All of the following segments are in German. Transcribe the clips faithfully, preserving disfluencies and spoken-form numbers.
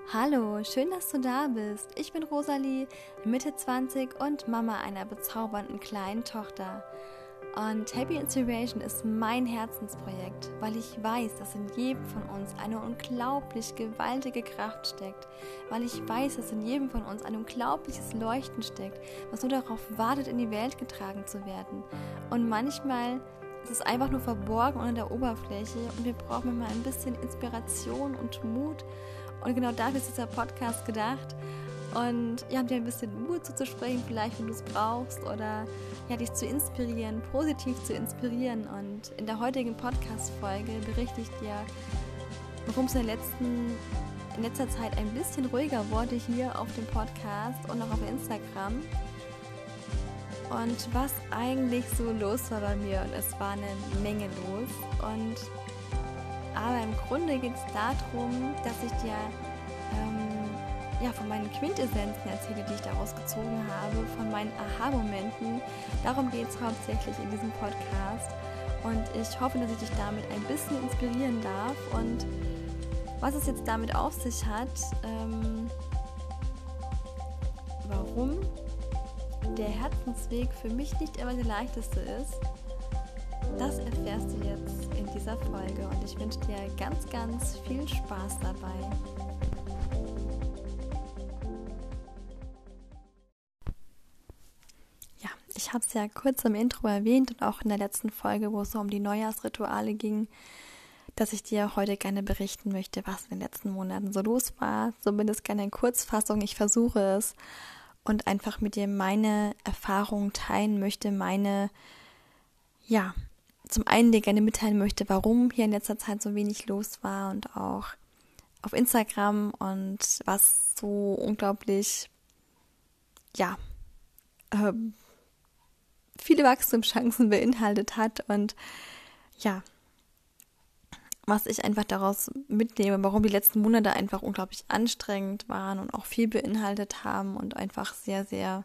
Hallo, schön, dass du da bist. Ich bin Rosalie, Mitte zwanzig und Mama einer bezaubernden kleinen Tochter. Und Happy Inspiration ist mein Herzensprojekt, weil ich weiß, dass in jedem von uns eine unglaublich gewaltige Kraft steckt, weil ich weiß, dass in jedem von uns ein unglaubliches Leuchten steckt, was nur darauf wartet, in die Welt getragen zu werden. Und manchmal ist es einfach nur verborgen unter der Oberfläche und wir brauchen immer ein bisschen Inspiration und Mut. Und genau dafür ist dieser Podcast gedacht. Und ja, dir ein bisschen Mut zuzusprechen, vielleicht, wenn du es brauchst, oder ja, dich zu inspirieren, positiv zu inspirieren. Und in der heutigen Podcast-Folge berichte ich dir, warum es in, der letzten, in letzter Zeit ein bisschen ruhiger wurde hier auf dem Podcast und auch auf Instagram. Und was eigentlich so los war bei mir. Und es war eine Menge los. Und aber im Grunde geht es darum, dass ich dir ähm, ja, von meinen Quintessenzen erzähle, die ich daraus gezogen habe, von meinen Aha-Momenten. Darum geht es hauptsächlich in diesem Podcast. Und ich hoffe, dass ich dich damit ein bisschen inspirieren darf. Und was es jetzt damit auf sich hat, ähm, warum der Herzensweg für mich nicht immer der leichteste ist, das erfährst du jetzt in dieser Folge und ich wünsche dir ganz, ganz viel Spaß dabei. Ja, ich habe es ja kurz im Intro erwähnt und auch in der letzten Folge, wo es so um die Neujahrsrituale ging, dass ich dir heute gerne berichten möchte, was in den letzten Monaten so los war. Zumindest gerne in Kurzfassung, ich versuche es und einfach mit dir meine Erfahrungen teilen möchte, meine, ja, zum einen dir gerne mitteilen möchte, warum hier in letzter Zeit so wenig los war und auch auf Instagram und was so unglaublich, ja, äh, viele Wachstumschancen beinhaltet hat und ja, was ich einfach daraus mitnehme, warum die letzten Monate einfach unglaublich anstrengend waren und auch viel beinhaltet haben und einfach sehr, sehr,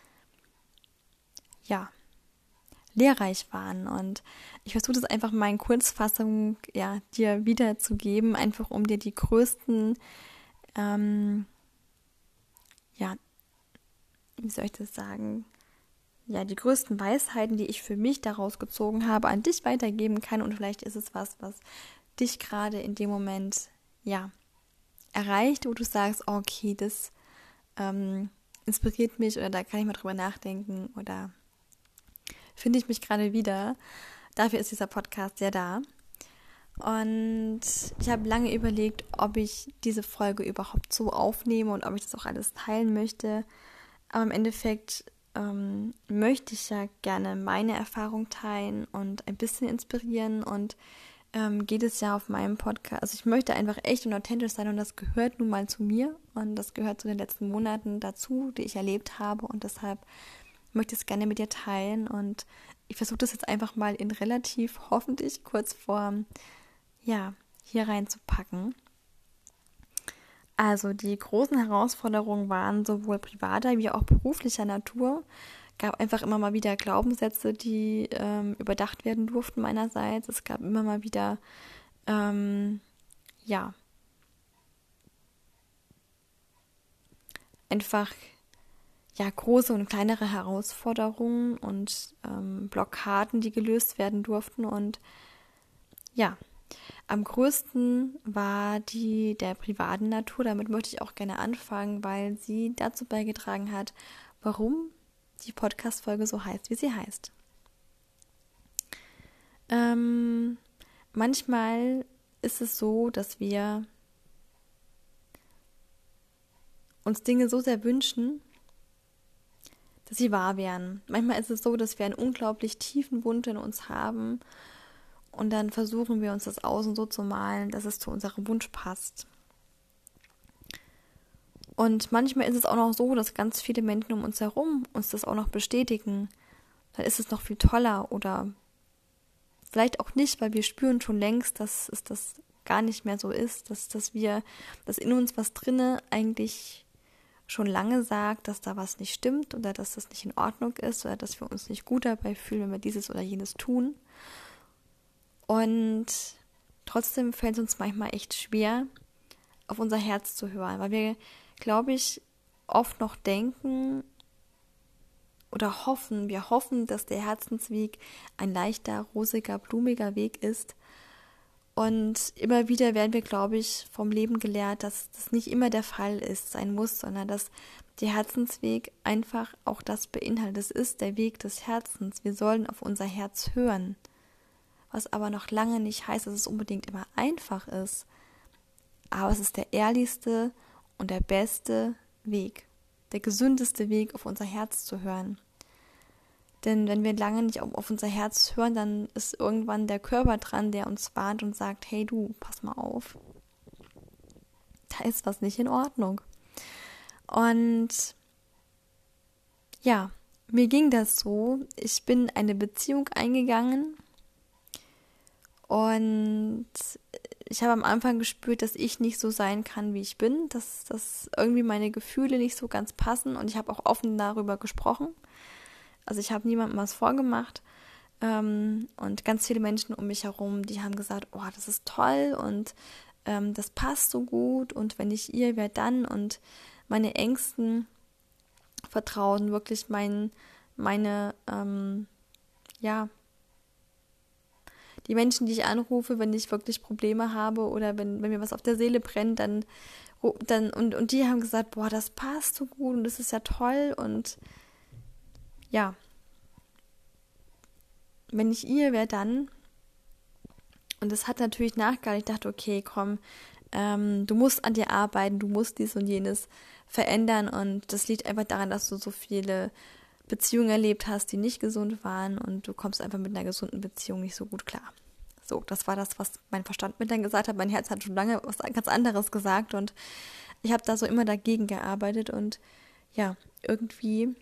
ja, lehrreich waren. Und ich versuche das einfach mal in Kurzfassung ja, dir wiederzugeben, einfach um dir die größten, ähm, ja, wie soll ich das sagen, ja, die größten Weisheiten, die ich für mich daraus gezogen habe, an dich weitergeben kann. Und vielleicht ist es was, was dich gerade in dem Moment, ja, erreicht, wo du sagst, okay, das ähm, inspiriert mich oder da kann ich mal drüber nachdenken oder finde ich mich gerade wieder. Dafür ist dieser Podcast ja da. Und ich habe lange überlegt, ob ich diese Folge überhaupt so aufnehme und ob ich das auch alles teilen möchte. Aber im Endeffekt ähm, möchte ich ja gerne meine Erfahrung teilen und ein bisschen inspirieren. Und ähm, geht es ja auf meinem Podcast. Also ich möchte einfach echt und authentisch sein und das gehört nun mal zu mir. Und das gehört zu den letzten Monaten dazu, die ich erlebt habe. Und deshalb möchte es gerne mit dir teilen und ich versuche das jetzt einfach mal in relativ, hoffentlich kurz Form, ja, hier reinzupacken. Also die großen Herausforderungen waren sowohl privater wie auch beruflicher Natur. Gab einfach immer mal wieder Glaubenssätze, die ähm, überdacht werden durften meinerseits. Es gab immer mal wieder, ähm, ja, einfach ja, große und kleinere Herausforderungen und ähm, Blockaden, die gelöst werden durften. Und ja, am größten war die der privaten Natur. Damit möchte ich auch gerne anfangen, weil sie dazu beigetragen hat, warum die Podcast-Folge so heißt, wie sie heißt. Ähm, manchmal ist es so, dass wir uns Dinge so sehr wünschen, dass sie wahr werden. Manchmal ist es so, dass wir einen unglaublich tiefen Wunsch in uns haben und dann versuchen wir uns das Außen so zu malen, dass es zu unserem Wunsch passt. Und manchmal ist es auch noch so, dass ganz viele Menschen um uns herum uns das auch noch bestätigen. Dann ist es noch viel toller oder vielleicht auch nicht, weil wir spüren schon längst, dass es das gar nicht mehr so ist, dass, dass wir, dass in uns was drinne eigentlich schon lange sagt, dass da was nicht stimmt oder dass das nicht in Ordnung ist oder dass wir uns nicht gut dabei fühlen, wenn wir dieses oder jenes tun. Und trotzdem fällt es uns manchmal echt schwer, auf unser Herz zu hören, weil wir, glaube ich, oft noch denken oder hoffen, wir hoffen, dass der Herzensweg ein leichter, rosiger, blumiger Weg ist. Und immer wieder werden wir, glaube ich, vom Leben gelehrt, dass das nicht immer der Fall ist, sein muss, sondern dass der Herzensweg einfach auch das beinhaltet. Es ist der Weg des Herzens. Wir sollen auf unser Herz hören. Was aber noch lange nicht heißt, dass es unbedingt immer einfach ist. Aber es ist der ehrlichste und der beste Weg, der gesündeste Weg, auf unser Herz zu hören. Denn wenn wir lange nicht auf unser Herz hören, dann ist irgendwann der Körper dran, der uns warnt und sagt, hey du, pass mal auf, da ist was nicht in Ordnung. Und ja, mir ging das so, ich bin eine Beziehung eingegangen und ich habe am Anfang gespürt, dass ich nicht so sein kann, wie ich bin, dass, dass irgendwie meine Gefühle nicht so ganz passen und ich habe auch offen darüber gesprochen. Also ich habe niemandem was vorgemacht ähm, und ganz viele Menschen um mich herum, die haben gesagt, oh, das ist toll und ähm, das passt so gut und wenn ich ihr, wer dann? Und meine engsten Vertrauen, wirklich mein, meine, ähm, ja, die Menschen, die ich anrufe, wenn ich wirklich Probleme habe oder wenn, wenn mir was auf der Seele brennt, dann, dann und, und die haben gesagt, boah, das passt so gut und das ist ja toll und ja, wenn ich ihr, wer dann? Und das hat natürlich nachgehalten. Ich dachte, okay, komm, ähm, du musst an dir arbeiten, du musst dies und jenes verändern und das liegt einfach daran, dass du so viele Beziehungen erlebt hast, die nicht gesund waren und du kommst einfach mit einer gesunden Beziehung nicht so gut klar. So, das war das, was mein Verstand mir dann gesagt hat. Mein Herz hat schon lange was ganz anderes gesagt und ich habe da so immer dagegen gearbeitet und ja, irgendwie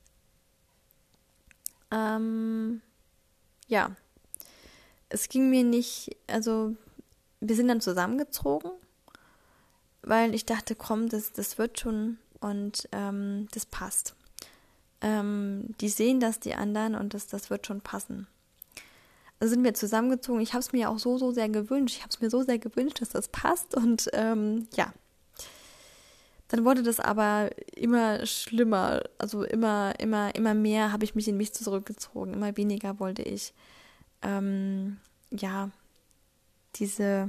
Ähm, ja, es ging mir nicht, also wir sind dann zusammengezogen, weil ich dachte, komm, das, das wird schon und ähm, das passt. Ähm, die sehen das, die anderen und das, das wird schon passen. Also sind wir zusammengezogen. Ich habe es mir auch so, so sehr gewünscht. Ich habe es mir so sehr gewünscht, dass das passt und ähm, ja. Dann wurde das aber immer schlimmer, also immer, immer, immer mehr habe ich mich in mich zurückgezogen, immer weniger wollte ich, ähm, ja, diese,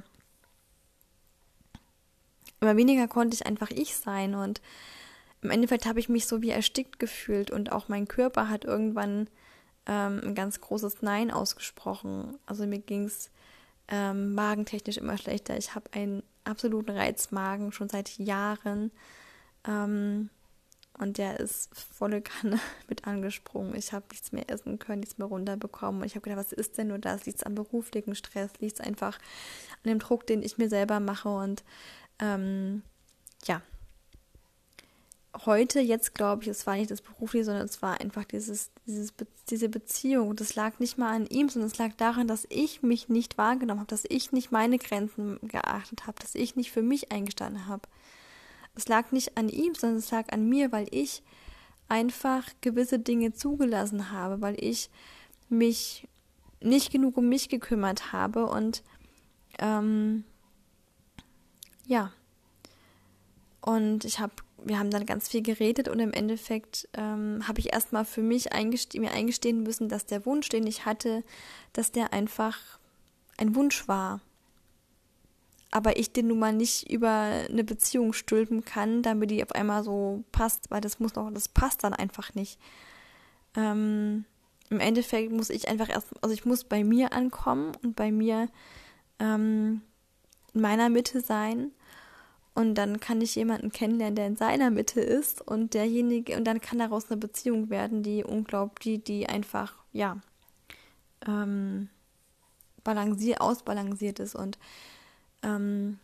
immer weniger konnte ich einfach ich sein und im Endeffekt habe ich mich so wie erstickt gefühlt und auch mein Körper hat irgendwann ähm, ein ganz großes Nein ausgesprochen. Also mir ging es ähm, magentechnisch immer schlechter. Ich habe einen absoluten Reizmagen schon seit Jahren. Ähm, und der ist volle Kanne mit angesprungen. Ich habe nichts mehr essen können, nichts mehr runterbekommen. Und ich habe gedacht, was ist denn nur das? Liegt es am beruflichen Stress? Liegt es einfach an dem Druck, den ich mir selber mache? Und ähm, ja, heute, jetzt glaube ich, es war nicht das Berufliche, sondern es war einfach dieses, dieses, diese Beziehung. Und es lag nicht mal an ihm, sondern es lag daran, dass ich mich nicht wahrgenommen habe, dass ich nicht meine Grenzen geachtet habe, dass ich nicht für mich eingestanden habe. Es lag nicht an ihm, sondern es lag an mir, weil ich einfach gewisse Dinge zugelassen habe, weil ich mich nicht genug um mich gekümmert habe und ähm, ja, und ich habe, wir haben dann ganz viel geredet und im Endeffekt ähm, habe ich erstmal für mich eingeste- mir eingestehen müssen, dass der Wunsch, den ich hatte, dass der einfach ein Wunsch war. Aber ich den nun mal nicht über eine Beziehung stülpen kann, damit die auf einmal so passt, weil das muss noch, das passt dann einfach nicht. Ähm, im Endeffekt muss ich einfach erst, also ich muss bei mir ankommen und bei mir ähm, in meiner Mitte sein. Und dann kann ich jemanden kennenlernen, der in seiner Mitte ist und derjenige, und dann kann daraus eine Beziehung werden, die unglaublich, die, die einfach, ja, ähm, balanciert, ausbalanciert ist. Und ähm,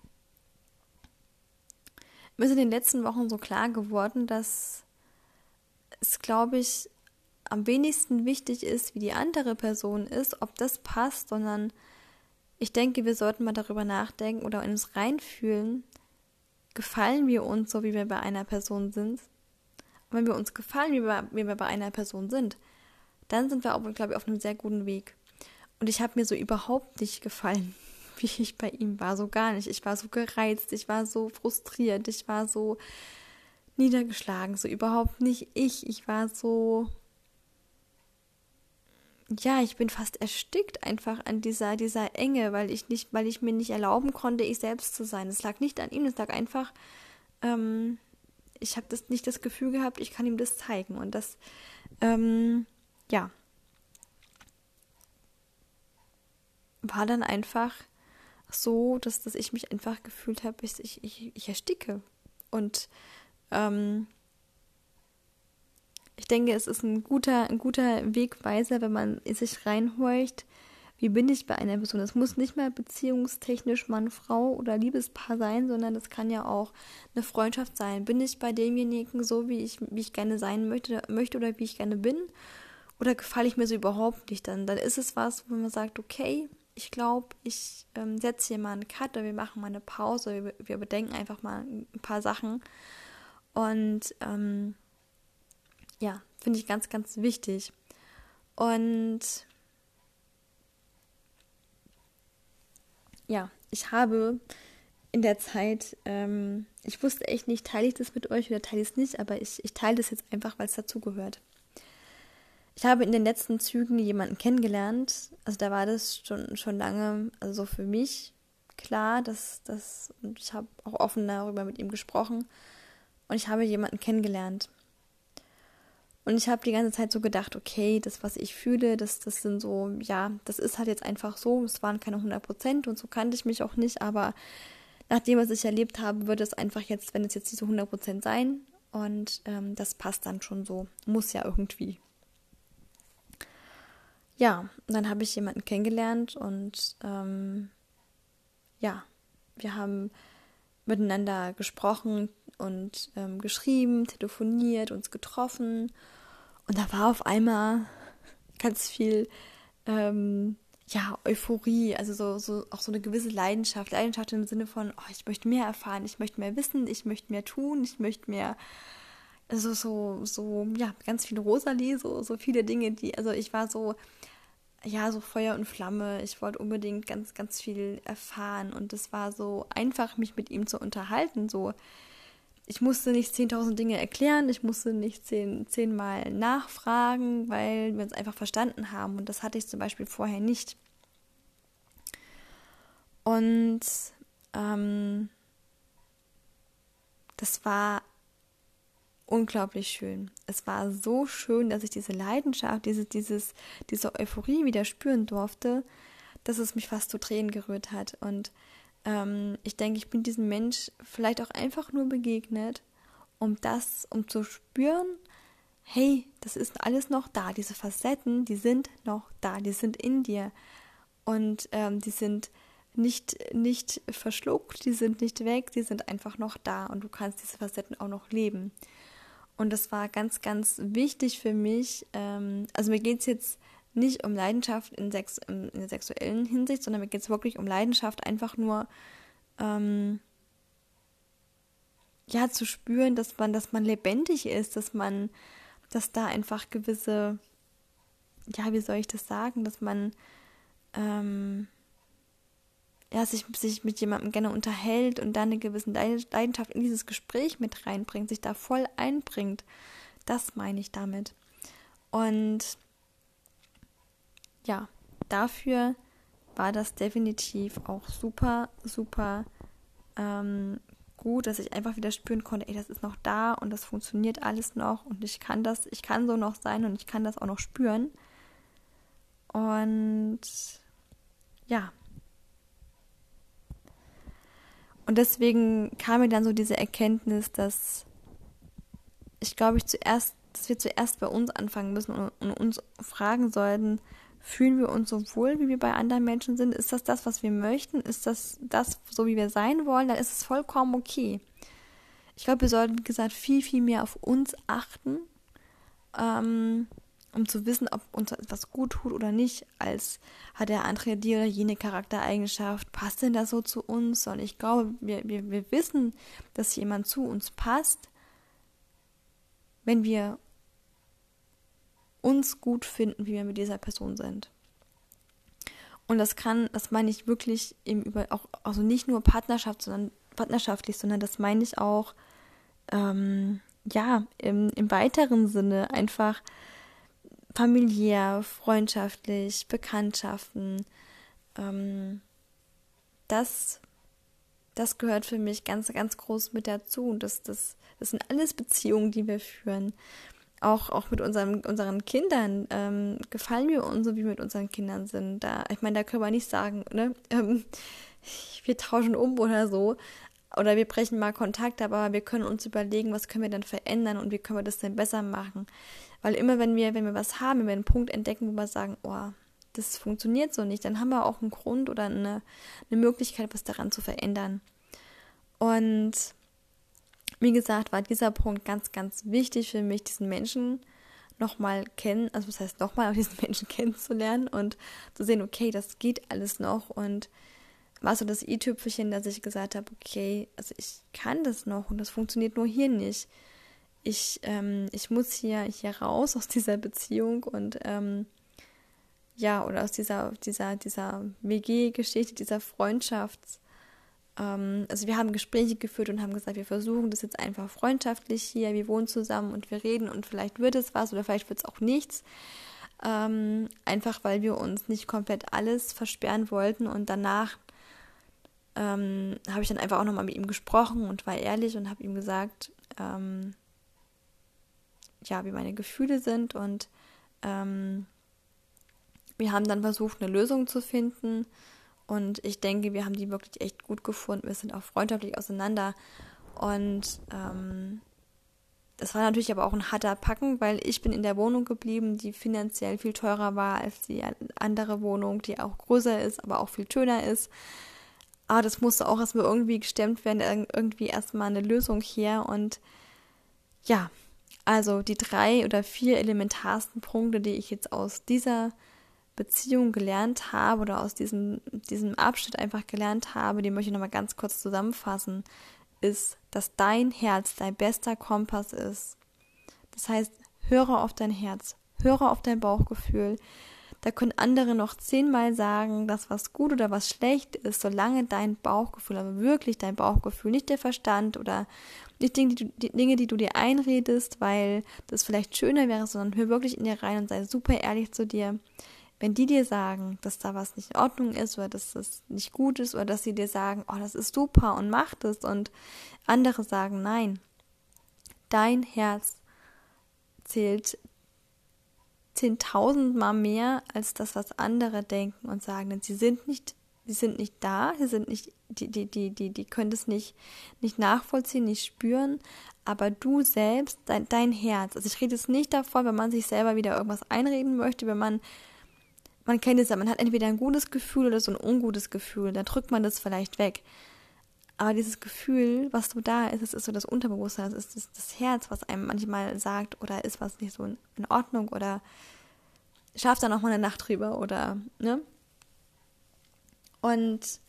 mir ist in den letzten Wochen so klar geworden, dass es, glaube ich, am wenigsten wichtig ist, wie die andere Person ist, ob das passt, sondern ich denke, wir sollten mal darüber nachdenken oder in uns reinfühlen, gefallen wir uns so, wie wir bei einer Person sind? Und wenn wir uns gefallen, wie wir, wie wir bei einer Person sind, dann sind wir auch, glaube ich, auf einem sehr guten Weg. Und ich habe mir so überhaupt nicht gefallen, wie ich bei ihm war, so gar nicht. Ich war so gereizt, ich war so frustriert, ich war so niedergeschlagen, so überhaupt nicht ich. Ich war so, ja, ich bin fast erstickt einfach an dieser, dieser Enge, weil ich nicht, weil ich mir nicht erlauben konnte, ich selbst zu sein. Es lag nicht an ihm, es lag einfach, ähm, ich habe das nicht das Gefühl gehabt, ich kann ihm das zeigen. Und das, ähm, ja, war dann einfach so, dass, dass ich mich einfach gefühlt habe, ich, ich, ich, ich ersticke. Und ähm, ich denke, es ist ein guter, ein guter Wegweiser, wenn man in sich reinhorcht, wie bin ich bei einer Person. Es muss nicht mal beziehungstechnisch Mann, Frau oder Liebespaar sein, sondern das kann ja auch eine Freundschaft sein. Bin ich bei demjenigen so, wie ich, wie ich gerne sein möchte, möchte oder wie ich gerne bin? Oder gefalle ich mir so überhaupt nicht? Dann, dann ist es was, wo man sagt, okay, ich glaube, ich ähm, setze hier mal einen Cut oder wir machen mal eine Pause, wir, wir bedenken einfach mal ein paar Sachen. Und ähm, ja, finde ich ganz, ganz wichtig. Und ja, ich habe in der Zeit, ähm, ich wusste echt nicht, teile ich das mit euch oder teile ich es nicht, aber ich, ich teile das jetzt einfach, weil es dazugehört. Ich habe in den letzten Zügen jemanden kennengelernt, also da war das schon, schon lange, also so für mich klar, dass das, und ich habe auch offen darüber mit ihm gesprochen und ich habe jemanden kennengelernt. Und ich habe die ganze Zeit so gedacht, okay, das, was ich fühle, das, das sind so, ja, das ist halt jetzt einfach so, es waren keine hundert Prozent und so kannte ich mich auch nicht, aber nach dem, was ich erlebt habe, wird es einfach jetzt, wenn es jetzt diese hundert Prozent sein und ähm, das passt dann schon so, muss ja irgendwie. Ja, und dann habe ich jemanden kennengelernt und ähm, ja, wir haben miteinander gesprochen und ähm, geschrieben, telefoniert, uns getroffen und da war auf einmal ganz viel ähm, ja, Euphorie, also so, so auch so eine gewisse Leidenschaft, Leidenschaft im Sinne von, oh, ich möchte mehr erfahren, ich möchte mehr wissen, ich möchte mehr tun, ich möchte mehr, also so, so, ja, ganz viel Rosalie, so, so viele Dinge, die, also ich war so, ja, so Feuer und Flamme. Ich wollte unbedingt ganz, ganz viel erfahren und es war so einfach, mich mit ihm zu unterhalten. So, ich musste nicht zehntausend Dinge erklären, ich musste nicht zehn, zehnmal nachfragen, weil wir uns einfach verstanden haben und das hatte ich zum Beispiel vorher nicht. Und ähm, das war unglaublich schön. Es war so schön, dass ich diese Leidenschaft, diese, dieses, diese Euphorie wieder spüren durfte, dass es mich fast zu Tränen gerührt hat. Und ähm, ich denke, ich bin diesem Mensch vielleicht auch einfach nur begegnet, um das, um zu spüren, hey, das ist alles noch da. Diese Facetten, die sind noch da, die sind in dir. Und ähm, die sind nicht, nicht verschluckt, die sind nicht weg, die sind einfach noch da und du kannst diese Facetten auch noch leben. Und das war ganz, ganz wichtig für mich. Ähm, also mir geht es jetzt nicht um Leidenschaft in, Sex, in der sexuellen Hinsicht, sondern mir geht es wirklich um Leidenschaft, einfach nur ähm, ja, zu spüren, dass man, dass man lebendig ist, dass man, dass da einfach gewisse, ja, wie soll ich das sagen, dass man ähm, ja, sich, sich mit jemandem gerne unterhält und dann eine gewisse Leidenschaft in dieses Gespräch mit reinbringt, sich da voll einbringt. Das meine ich damit. Und ja, dafür war das definitiv auch super, super ähm, gut, dass ich einfach wieder spüren konnte, ey, das ist noch da und das funktioniert alles noch und ich kann das, ich kann so noch sein und ich kann das auch noch spüren. Und ja, und deswegen kam mir dann so diese Erkenntnis, dass ich glaube, ich zuerst, dass wir zuerst bei uns anfangen müssen und, und uns fragen sollten, fühlen wir uns so wohl, wie wir bei anderen Menschen sind? Ist das das, was wir möchten? Ist das das, so wie wir sein wollen? Dann ist es vollkommen okay. Ich glaube, wir sollten, wie gesagt, viel, viel mehr auf uns achten, ähm, um zu wissen, ob uns etwas gut tut oder nicht, als hat der andere die oder jene Charaktereigenschaft, passt denn das so zu uns? Und ich glaube, wir, wir, wir wissen, dass jemand zu uns passt, wenn wir uns gut finden, wie wir mit dieser Person sind. Und das kann, das meine ich wirklich eben über auch, also nicht nur Partnerschaft, sondern partnerschaftlich, sondern das meine ich auch, ähm, ja, im, im weiteren Sinne einfach familiär, freundschaftlich, Bekanntschaften. Ähm, das, das gehört für mich ganz, ganz groß mit dazu. Und das, das, das sind alles Beziehungen, die wir führen. Auch, auch mit unseren, unseren Kindern ähm, gefallen wir uns so, wie wir mit unseren Kindern sind. Da, ich meine, da können wir nicht sagen, ne, ähm, wir tauschen um oder so. Oder wir brechen mal Kontakt, aber wir können uns überlegen, was können wir denn verändern und wie können wir das denn besser machen. Weil immer, wenn wir, wenn wir was haben, wenn wir einen Punkt entdecken, wo wir sagen, oh, das funktioniert so nicht, dann haben wir auch einen Grund oder eine, eine Möglichkeit, was daran zu verändern. Und wie gesagt, war dieser Punkt ganz, ganz wichtig für mich, diesen Menschen nochmal kennen, also was heißt nochmal, diesen Menschen kennenzulernen und zu sehen, okay, das geht alles noch. Und war so das i-Tüpfelchen, dass ich gesagt habe, okay, also ich kann das noch und das funktioniert nur hier nicht. Ich, ähm, ich muss hier, hier raus aus dieser Beziehung und ähm, ja, oder aus dieser, dieser, dieser W G-Geschichte, dieser Freundschaft. Ähm, also wir haben Gespräche geführt und haben gesagt, wir versuchen das jetzt einfach freundschaftlich hier, wir wohnen zusammen und wir reden und vielleicht wird es was oder vielleicht wird es auch nichts. Ähm, einfach weil wir uns nicht komplett alles versperren wollten und danach ähm, habe ich dann einfach auch nochmal mit ihm gesprochen und war ehrlich und habe ihm gesagt, ähm, ja, wie meine Gefühle sind und ähm, wir haben dann versucht, eine Lösung zu finden und ich denke, wir haben die wirklich echt gut gefunden. Wir sind auch freundschaftlich auseinander und ähm, das war natürlich aber auch ein harter Packen, weil ich bin in der Wohnung geblieben, die finanziell viel teurer war als die andere Wohnung, die auch größer ist, aber auch viel schöner ist. Aber das musste auch erstmal irgendwie gestemmt werden, irgendwie erstmal eine Lösung her. Und ja, also die drei oder vier elementarsten Punkte, die ich jetzt aus dieser Beziehung gelernt habe oder aus diesem, diesem Abschnitt einfach gelernt habe, die möchte ich nochmal ganz kurz zusammenfassen, ist, dass dein Herz dein bester Kompass ist. Das heißt, höre auf dein Herz, höre auf dein Bauchgefühl. Da können andere noch zehnmal sagen, dass was gut oder was schlecht ist, solange dein Bauchgefühl, aber wirklich dein Bauchgefühl, nicht der Verstand oder nicht Dinge, die du, die Dinge, die du dir einredest, weil das vielleicht schöner wäre, sondern hör wirklich in dir rein und sei super ehrlich zu dir. Wenn die dir sagen, dass da was nicht in Ordnung ist oder dass das nicht gut ist oder dass sie dir sagen, oh, das ist super und mach das und andere sagen, nein, dein Herz zählt zehntausendmal mehr als das, was andere denken und sagen, denn sie sind nicht, sie sind nicht da, sie sind nicht, die, die, die, die, die können das nicht, nicht nachvollziehen, nicht spüren, aber du selbst, dein, dein Herz, also ich rede jetzt nicht davon, wenn man sich selber wieder irgendwas einreden möchte, wenn man Man kennt es ja, man hat entweder ein gutes Gefühl oder so ein ungutes Gefühl, dann drückt man das vielleicht weg. Aber dieses Gefühl, was so da ist, das ist so das Unterbewusstsein, das ist das, das Herz, was einem manchmal sagt, oder ist was nicht so in, in Ordnung, oder schlaft da noch mal eine Nacht drüber, oder, ne? Und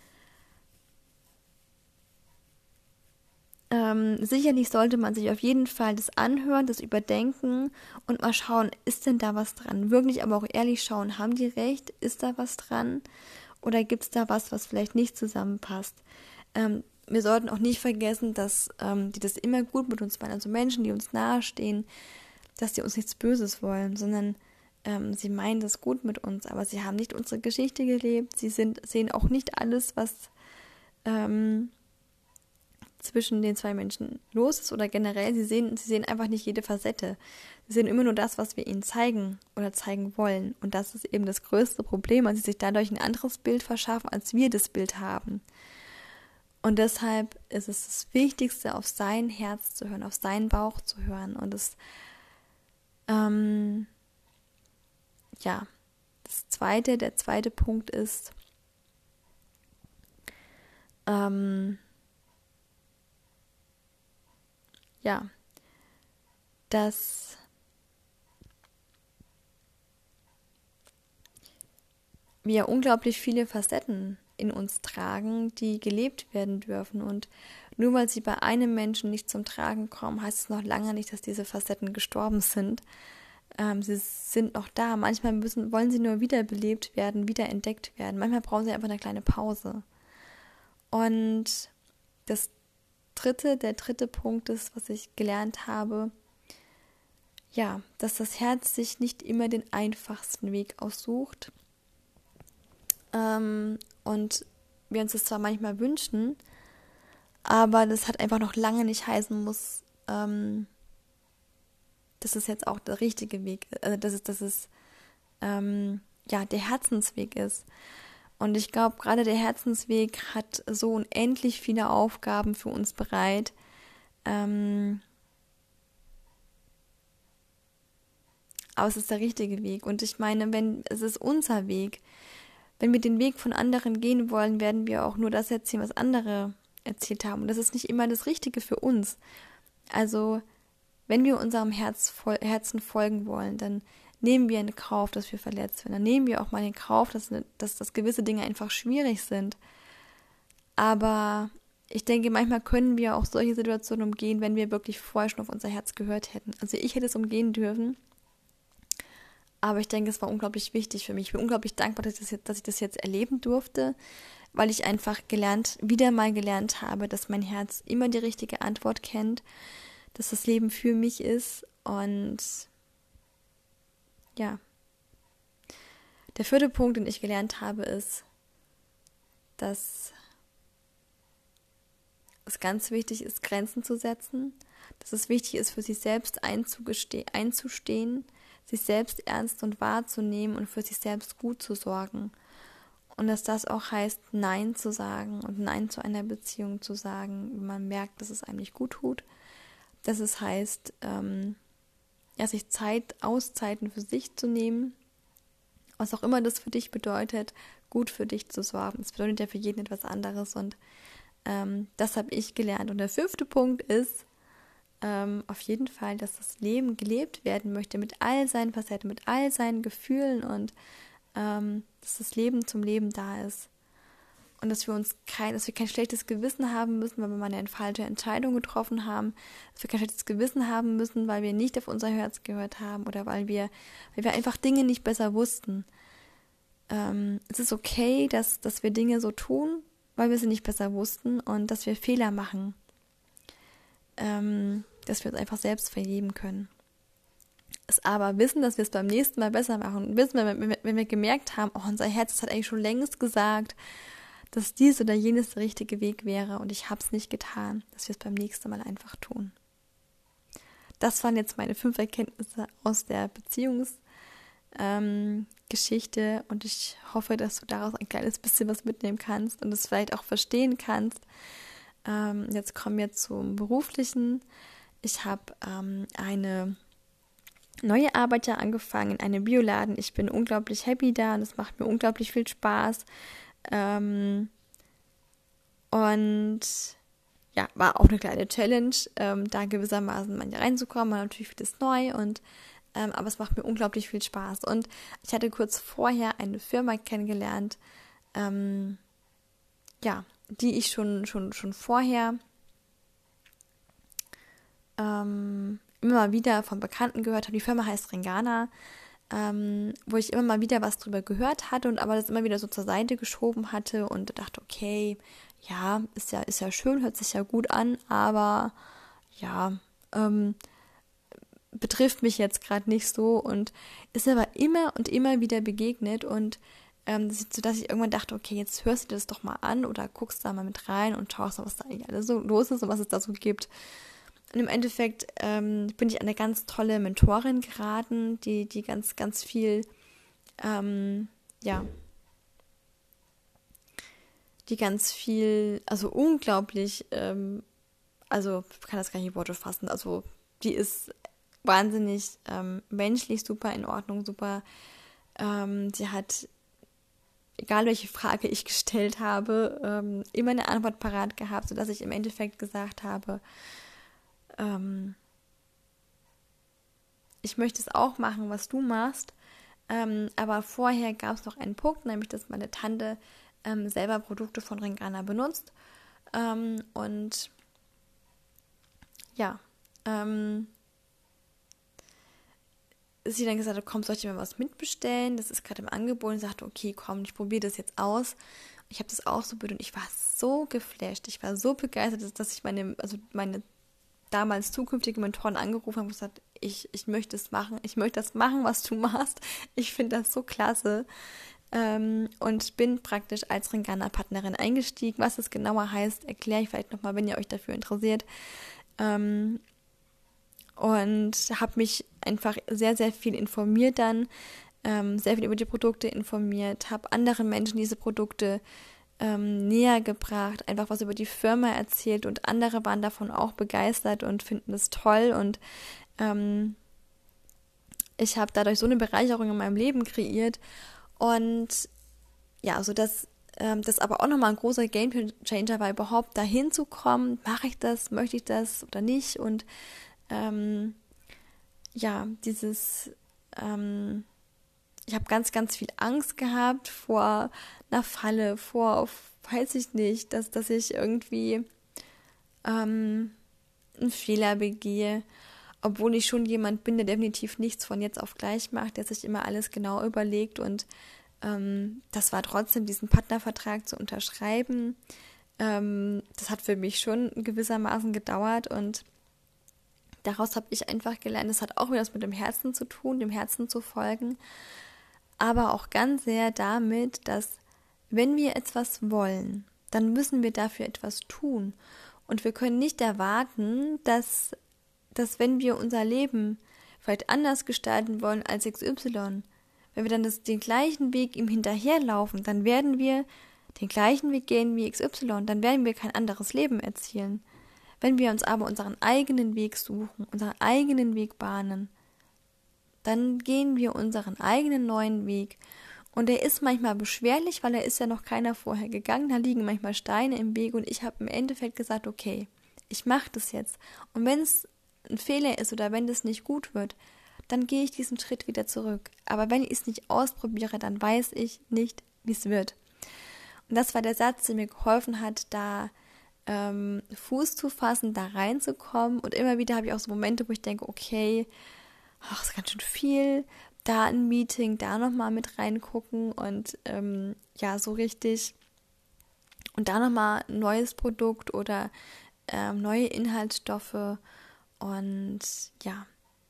ähm, sicherlich sollte man sich auf jeden Fall das anhören, das überdenken und mal schauen, ist denn da was dran? Wirklich aber auch ehrlich schauen, haben die recht? Ist da was dran? Oder gibt es da was, was vielleicht nicht zusammenpasst? Ähm, wir sollten auch nicht vergessen, dass ähm, die das immer gut mit uns meinen, also Menschen, die uns nahestehen, dass die uns nichts Böses wollen, sondern ähm, sie meinen das gut mit uns, aber sie haben nicht unsere Geschichte gelebt, sie sind, sehen auch nicht alles, was ähm, zwischen den zwei Menschen los ist oder generell, sie sehen, sie sehen einfach nicht jede Facette. Sie sehen immer nur das, was wir ihnen zeigen oder zeigen wollen. Und das ist eben das größte Problem, weil sie sich dadurch ein anderes Bild verschaffen, als wir das Bild haben. Und deshalb ist es das Wichtigste, auf sein Herz zu hören, auf seinen Bauch zu hören. Und das, ähm, ja, das zweite, der zweite Punkt ist, ähm, ja, dass wir unglaublich viele Facetten in uns tragen, die gelebt werden dürfen. Und nur weil sie bei einem Menschen nicht zum Tragen kommen, heißt es noch lange nicht, dass diese Facetten gestorben sind. Ähm, sie sind noch da. Manchmal müssen, wollen sie nur wiederbelebt werden, wiederentdeckt werden. Manchmal brauchen sie einfach eine kleine Pause. Und das dritte, der dritte Punkt ist, was ich gelernt habe, ja, dass das Herz sich nicht immer den einfachsten Weg aussucht. Ähm, und wir uns das zwar manchmal wünschen, aber das hat einfach noch lange nicht heißen muss, ähm, dass es jetzt auch der richtige Weg ist, also dass es, dass es ähm, ja, der Herzensweg ist. Und ich glaube, gerade der Herzensweg hat so unendlich viele Aufgaben für uns bereit. Ähm, aber es ist der richtige Weg. Und ich meine, wenn es ist unser Weg, wenn wir den Weg von anderen gehen wollen, werden wir auch nur das erzählen, was andere erzählt haben. Und das ist nicht immer das Richtige für uns. Also, wenn wir unserem Herz, Herzen folgen wollen, dann nehmen wir in Kauf, dass wir verletzt werden. Dann nehmen wir auch mal in Kauf, dass, dass, dass gewisse Dinge einfach schwierig sind. Aber ich denke, manchmal können wir auch solche Situationen umgehen, wenn wir wirklich vorher schon auf unser Herz gehört hätten. Also ich hätte es umgehen dürfen. Aber ich denke, es war unglaublich wichtig für mich. Ich bin unglaublich dankbar, dass ich das jetzt, dass ich das jetzt erleben durfte, weil ich einfach gelernt, wieder mal gelernt habe, dass mein Herz immer die richtige Antwort kennt, dass das Leben für mich ist. Und ja, der vierte Punkt, den ich gelernt habe, ist, dass es ganz wichtig ist, Grenzen zu setzen, dass es wichtig ist, für sich selbst einzustehen, sich selbst ernst und wahrzunehmen und für sich selbst gut zu sorgen. Und dass das auch heißt, Nein zu sagen und Nein zu einer Beziehung zu sagen, wenn man merkt, dass es einem nicht gut tut. Dass es heißt, ähm, ja, sich Zeit, Auszeiten für sich zu nehmen, was auch immer das für dich bedeutet, gut für dich zu sorgen. Das bedeutet ja für jeden etwas anderes und ähm, das habe ich gelernt. Und der fünfte Punkt ist ähm, auf jeden Fall, dass das Leben gelebt werden möchte mit all seinen Facetten, mit all seinen Gefühlen und ähm, dass das Leben zum Leben da ist. Und dass wir uns kein, dass wir kein schlechtes Gewissen haben müssen, weil wir mal eine falsche Entscheidung getroffen haben, dass wir kein schlechtes Gewissen haben müssen, weil wir nicht auf unser Herz gehört haben oder weil wir, weil wir einfach Dinge nicht besser wussten. Ähm, es ist okay, dass, dass wir Dinge so tun, weil wir sie nicht besser wussten und dass wir Fehler machen. Ähm, dass wir uns einfach selbst vergeben können. Es aber wissen, dass wir es beim nächsten Mal besser machen. Und wissen, wenn wir, wenn wir gemerkt haben, oh, unser Herz hat eigentlich schon längst gesagt, dass dies oder jenes der richtige Weg wäre und ich habe es nicht getan, dass wir es beim nächsten Mal einfach tun. Das waren jetzt meine fünf Erkenntnisse aus der Beziehungsgeschichte ähm, und ich hoffe, dass du daraus ein kleines bisschen was mitnehmen kannst und es vielleicht auch verstehen kannst. Ähm, jetzt kommen wir zum Beruflichen. Ich habe ähm, eine neue Arbeit ja angefangen in einem Bioladen. Ich bin unglaublich happy da und es macht mir unglaublich viel Spaß. Ähm, und ja, war auch eine kleine Challenge, ähm, da gewissermaßen mal reinzukommen, man natürlich vieles neu und ähm, aber es macht mir unglaublich viel Spaß. Und ich hatte kurz vorher eine Firma kennengelernt, ähm, ja, die ich schon, schon, schon vorher ähm, immer mal wieder von Bekannten gehört habe. Die Firma heißt Ringana. Ähm, wo ich immer mal wieder was drüber gehört hatte und aber das immer wieder so zur Seite geschoben hatte und dachte, okay, ja, ist ja, ist ja schön, hört sich ja gut an, aber ja, ähm, betrifft mich jetzt gerade nicht so und ist aber immer und immer wieder begegnet und ähm, sodass ich irgendwann dachte, okay, jetzt hörst du dir das doch mal an oder guckst da mal mit rein und schaust mal, was da eigentlich alles so los ist und was es da so gibt. Und im Endeffekt ähm, bin ich an eine ganz tolle Mentorin geraten, die, die ganz, ganz viel, ähm, ja, die ganz viel, also unglaublich, ähm, also ich kann das gar nicht in Worte fassen, also die ist wahnsinnig ähm, menschlich super in Ordnung, super, ähm, sie hat, egal welche Frage ich gestellt habe, ähm, immer eine Antwort parat gehabt, sodass ich im Endeffekt gesagt habe, ähm, ich möchte es auch machen, was du machst, ähm, aber vorher gab es noch einen Punkt, nämlich, dass meine Tante ähm, selber Produkte von Ringana benutzt ähm, und ja, ähm, sie dann gesagt hat, komm, soll ich dir mal was mitbestellen? Das ist gerade im Angebot. Und ich sagte, okay, komm, ich probiere das jetzt aus. Ich habe das ausprobiert und ich war so geflasht. Ich war so begeistert, dass ich meine, also meine damals zukünftige Mentoren angerufen habe und gesagt, ich, ich möchte es machen. Ich möchte das machen, was du machst. Ich finde das so klasse. Ähm, und bin praktisch als Ringana-Partnerin eingestiegen. Was das genauer heißt, erkläre ich vielleicht nochmal, wenn ihr euch dafür interessiert. Ähm, und habe mich einfach sehr, sehr viel informiert dann, ähm, sehr viel über die Produkte informiert, habe anderen Menschen diese Produkte ähm, näher gebracht, einfach was über die Firma erzählt und andere waren davon auch begeistert und finden es toll und ähm, ich habe dadurch so eine Bereicherung in meinem Leben kreiert und ja, so dass ähm, das aber auch nochmal ein großer Gamechanger war, überhaupt dahin zu kommen, mache ich das, möchte ich das oder nicht und ähm, ja, dieses ähm, ich habe ganz, ganz viel Angst gehabt vor einer Falle, vor, weiß ich nicht, dass, dass ich irgendwie ähm, einen Fehler begehe, obwohl ich schon jemand bin, der definitiv nichts von jetzt auf gleich macht, der sich immer alles genau überlegt und ähm, das war trotzdem, diesen Partnervertrag zu unterschreiben. Ähm, das hat für mich schon gewissermaßen gedauert und daraus habe ich einfach gelernt, es hat auch wieder was mit dem Herzen zu tun, dem Herzen zu folgen, aber auch ganz sehr damit, dass wenn wir etwas wollen, dann müssen wir dafür etwas tun. Und wir können nicht erwarten, dass, dass wenn wir unser Leben vielleicht anders gestalten wollen als X Y, wenn wir dann das, den gleichen Weg ihm hinterherlaufen, dann werden wir den gleichen Weg gehen wie X Y, dann werden wir kein anderes Leben erzielen. Wenn wir uns aber unseren eigenen Weg suchen, unseren eigenen Weg bahnen, dann gehen wir unseren eigenen neuen Weg. Und der ist manchmal beschwerlich, weil er ist ja noch keiner vorher gegangen. Da liegen manchmal Steine im Weg und ich habe im Endeffekt gesagt, okay, ich mache das jetzt. Und wenn es ein Fehler ist oder wenn das nicht gut wird, dann gehe ich diesen Schritt wieder zurück. Aber wenn ich es nicht ausprobiere, dann weiß ich nicht, wie es wird. Und das war der Satz, der mir geholfen hat, da ähm, Fuß zu fassen, da reinzukommen. Und immer wieder habe ich auch so Momente, wo ich denke, okay, ach, das ist ganz schön viel, da ein Meeting, da nochmal mit reingucken und ähm, ja, so richtig und da nochmal ein neues Produkt oder ähm, neue Inhaltsstoffe und ja,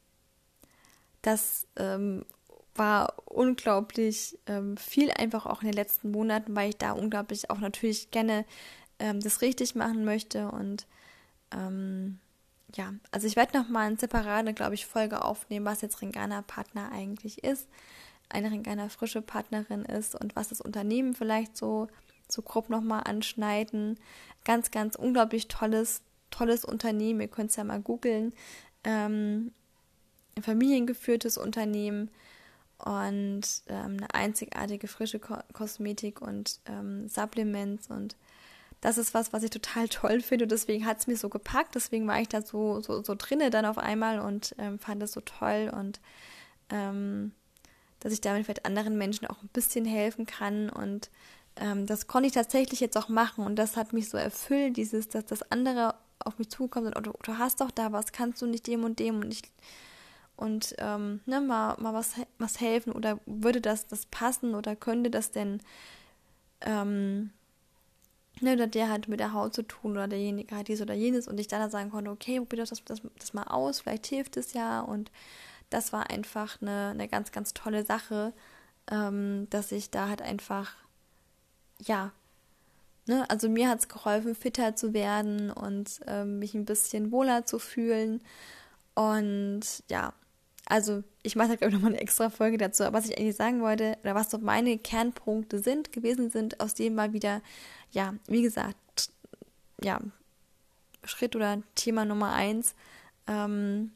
das ähm, war unglaublich ähm, viel einfach auch in den letzten Monaten, weil ich da unglaublich auch natürlich gerne ähm, das richtig machen möchte und ähm, ja, also ich werde nochmal eine separate, glaube ich, Folge aufnehmen, was jetzt Ringana-Partner eigentlich ist, eine Ringana-frische Partnerin ist und was das Unternehmen vielleicht so, so grob nochmal anschneiden. Ganz, ganz unglaublich tolles, tolles Unternehmen, ihr könnt es ja mal googeln. Ähm, ein familiengeführtes Unternehmen und ähm, eine einzigartige frische Ko- Kosmetik und ähm, Supplements und das ist was, was ich total toll finde und deswegen hat es mir so gepackt, deswegen war ich da so, so, so drinne dann auf einmal und ähm, fand es so toll und ähm, dass ich damit vielleicht anderen Menschen auch ein bisschen helfen kann und ähm, das konnte ich tatsächlich jetzt auch machen und das hat mich so erfüllt, dieses, dass das andere auf mich zukommt und oh, du, du hast doch da was, kannst du nicht dem und dem und ich und ähm, ne, mal, mal was, was helfen oder würde das, das passen oder könnte das denn ähm, ne, oder der hat mit der Haut zu tun oder derjenige hat dies oder jenes und ich dann sagen konnte, okay, probier das, das, das mal aus, vielleicht hilft es ja und das war einfach eine, eine ganz, ganz tolle Sache, ähm, dass ich da halt einfach, ja, ne, also mir hat es geholfen, fitter zu werden und ähm, mich ein bisschen wohler zu fühlen und ja, also ich mache da glaube ich nochmal eine extra Folge dazu, aber was ich eigentlich sagen wollte, oder was so meine Kernpunkte sind, gewesen sind, aus dem mal wieder, ja, wie gesagt, ja, Schritt oder Thema Nummer eins, ähm,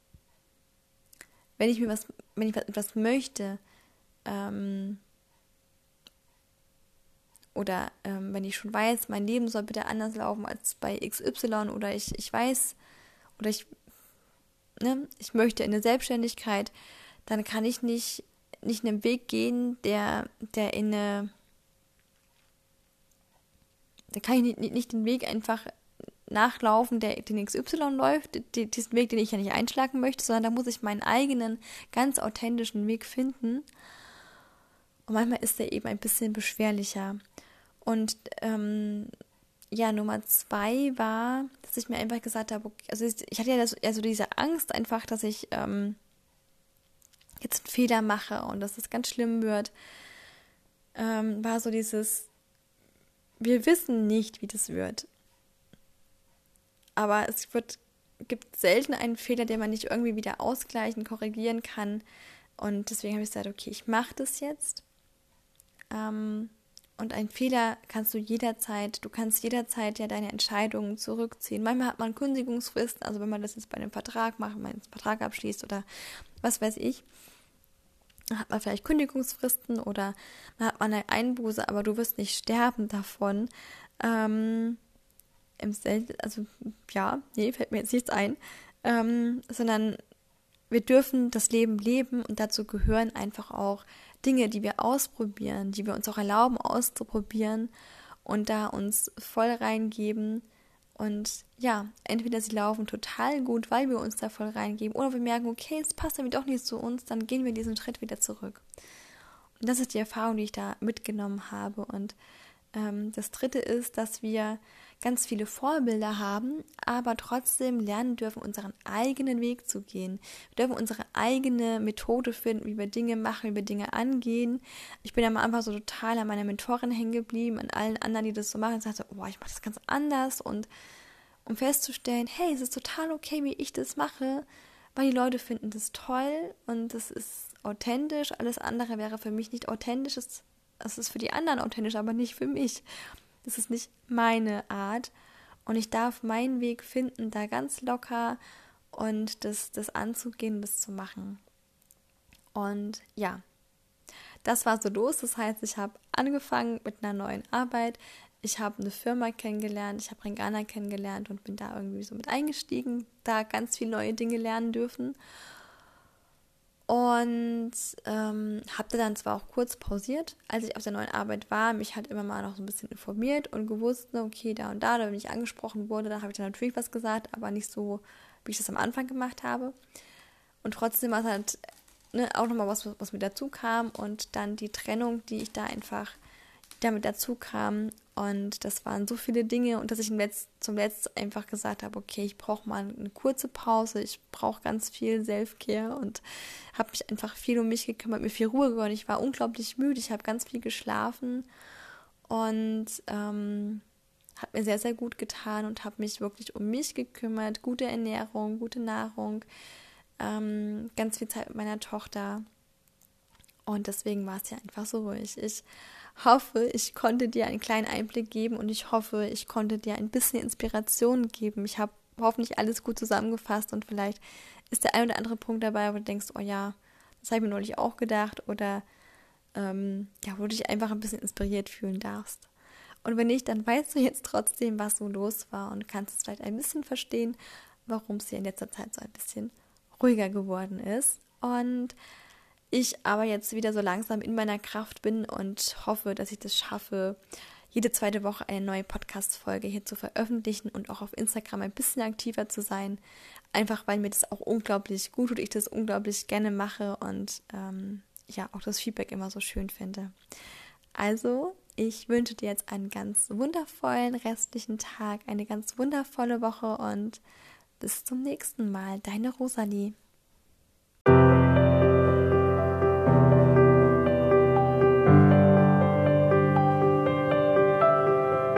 wenn ich mir was, wenn ich etwas möchte, ähm, oder ähm, wenn ich schon weiß, mein Leben soll bitte anders laufen als bei X Y oder ich, ich weiß, oder ich, ne, ich möchte in eine Selbstständigkeit, dann kann ich nicht, nicht einen Weg gehen, der, der in eine, da kann ich nicht, nicht den Weg einfach nachlaufen, der den X Y läuft, die, diesen Weg, den ich ja nicht einschlagen möchte, sondern da muss ich meinen eigenen, ganz authentischen Weg finden. Und manchmal ist der eben ein bisschen beschwerlicher. Und ähm, ja, Nummer zwei war, dass ich mir einfach gesagt habe, okay, also ich hatte ja das, also diese Angst einfach, dass ich ähm, jetzt einen Fehler mache und dass es ganz schlimm wird, ähm, war so dieses, wir wissen nicht, wie das wird. Aber es wird, gibt selten einen Fehler, den man nicht irgendwie wieder ausgleichen, korrigieren kann. Und deswegen habe ich gesagt, okay, ich mache das jetzt. Ähm, und einen Fehler kannst du jederzeit, du kannst jederzeit ja deine Entscheidungen zurückziehen. Manchmal hat man Kündigungsfristen, also wenn man das jetzt bei einem Vertrag macht, wenn man einen Vertrag abschließt oder was weiß ich, dann hat man vielleicht Kündigungsfristen oder man hat mal eine Einbuße, aber du wirst nicht sterben davon. Ähm, im Sel- also ja, nee, fällt mir jetzt nichts ein, ähm, sondern wir dürfen das Leben leben und dazu gehören einfach auch Dinge, die wir ausprobieren, die wir uns auch erlauben auszuprobieren und da uns voll reingeben und ja, entweder sie laufen total gut, weil wir uns da voll reingeben oder wir merken, okay, es passt irgendwie doch nicht zu uns, dann gehen wir diesen Schritt wieder zurück. Und das ist die Erfahrung, die ich da mitgenommen habe. Und ähm, das Dritte ist, dass wir ganz viele Vorbilder haben, aber trotzdem lernen dürfen, unseren eigenen Weg zu gehen. Wir dürfen unsere eigene Methode finden, wie wir Dinge machen, wie wir Dinge angehen. Ich bin am Anfang so total an meiner Mentorin hängen geblieben, an allen anderen, die das so machen. Ich sagte, oh, ich mache das ganz anders. Und um festzustellen, hey, es ist total okay, wie ich das mache, weil die Leute finden das toll und das ist authentisch. Alles andere wäre für mich nicht authentisch. Es ist für die anderen authentisch, aber nicht für mich. Das ist nicht meine Art und ich darf meinen Weg finden, da ganz locker und das, das anzugehen, das zu machen. Und ja, das war so los. Das heißt, ich habe angefangen mit einer neuen Arbeit. Ich habe eine Firma kennengelernt, ich habe Ringana kennengelernt und bin da irgendwie so mit eingestiegen, da ganz viele neue Dinge lernen dürfen. Und ähm, habe dann zwar auch kurz pausiert, als ich auf der neuen Arbeit war, mich halt immer mal noch so ein bisschen informiert und gewusst, ne, okay, da und da, da, wenn ich angesprochen wurde, da habe ich dann natürlich was gesagt, aber nicht so, wie ich das am Anfang gemacht habe. Und trotzdem war es halt ne, auch nochmal was, was mit dazu kam und dann die Trennung, die ich da einfach damit dazu kam. Und das waren so viele Dinge und dass ich Letz-, zum Letzten einfach gesagt habe, okay, ich brauche mal eine kurze Pause, ich brauche ganz viel Self-Care und habe mich einfach viel um mich gekümmert, mir viel Ruhe gegönnt. Ich war unglaublich müde, ich habe ganz viel geschlafen und ähm, hat mir sehr, sehr gut getan und habe mich wirklich um mich gekümmert, gute Ernährung, gute Nahrung, ähm, ganz viel Zeit mit meiner Tochter und deswegen war es ja einfach so ruhig. Ich hoffe, ich konnte dir einen kleinen Einblick geben und ich hoffe, ich konnte dir ein bisschen Inspiration geben. Ich habe hoffentlich alles gut zusammengefasst und vielleicht ist der ein oder andere Punkt dabei, wo du denkst, oh ja, das habe ich mir neulich auch gedacht oder ähm, ja, wo du dich einfach ein bisschen inspiriert fühlen darfst. Und wenn nicht, dann weißt du jetzt trotzdem, was so los war und kannst es vielleicht ein bisschen verstehen, warum es hier in letzter Zeit so ein bisschen ruhiger geworden ist. Und ich aber jetzt wieder so langsam in meiner Kraft bin und hoffe, dass ich das schaffe, jede zweite Woche eine neue Podcast-Folge hier zu veröffentlichen und auch auf Instagram ein bisschen aktiver zu sein. Einfach, weil mir das auch unglaublich gut tut, ich das unglaublich gerne mache und ähm, ja, auch das Feedback immer so schön finde. Also, ich wünsche dir jetzt einen ganz wundervollen restlichen Tag, eine ganz wundervolle Woche und bis zum nächsten Mal. Deine Rosalie.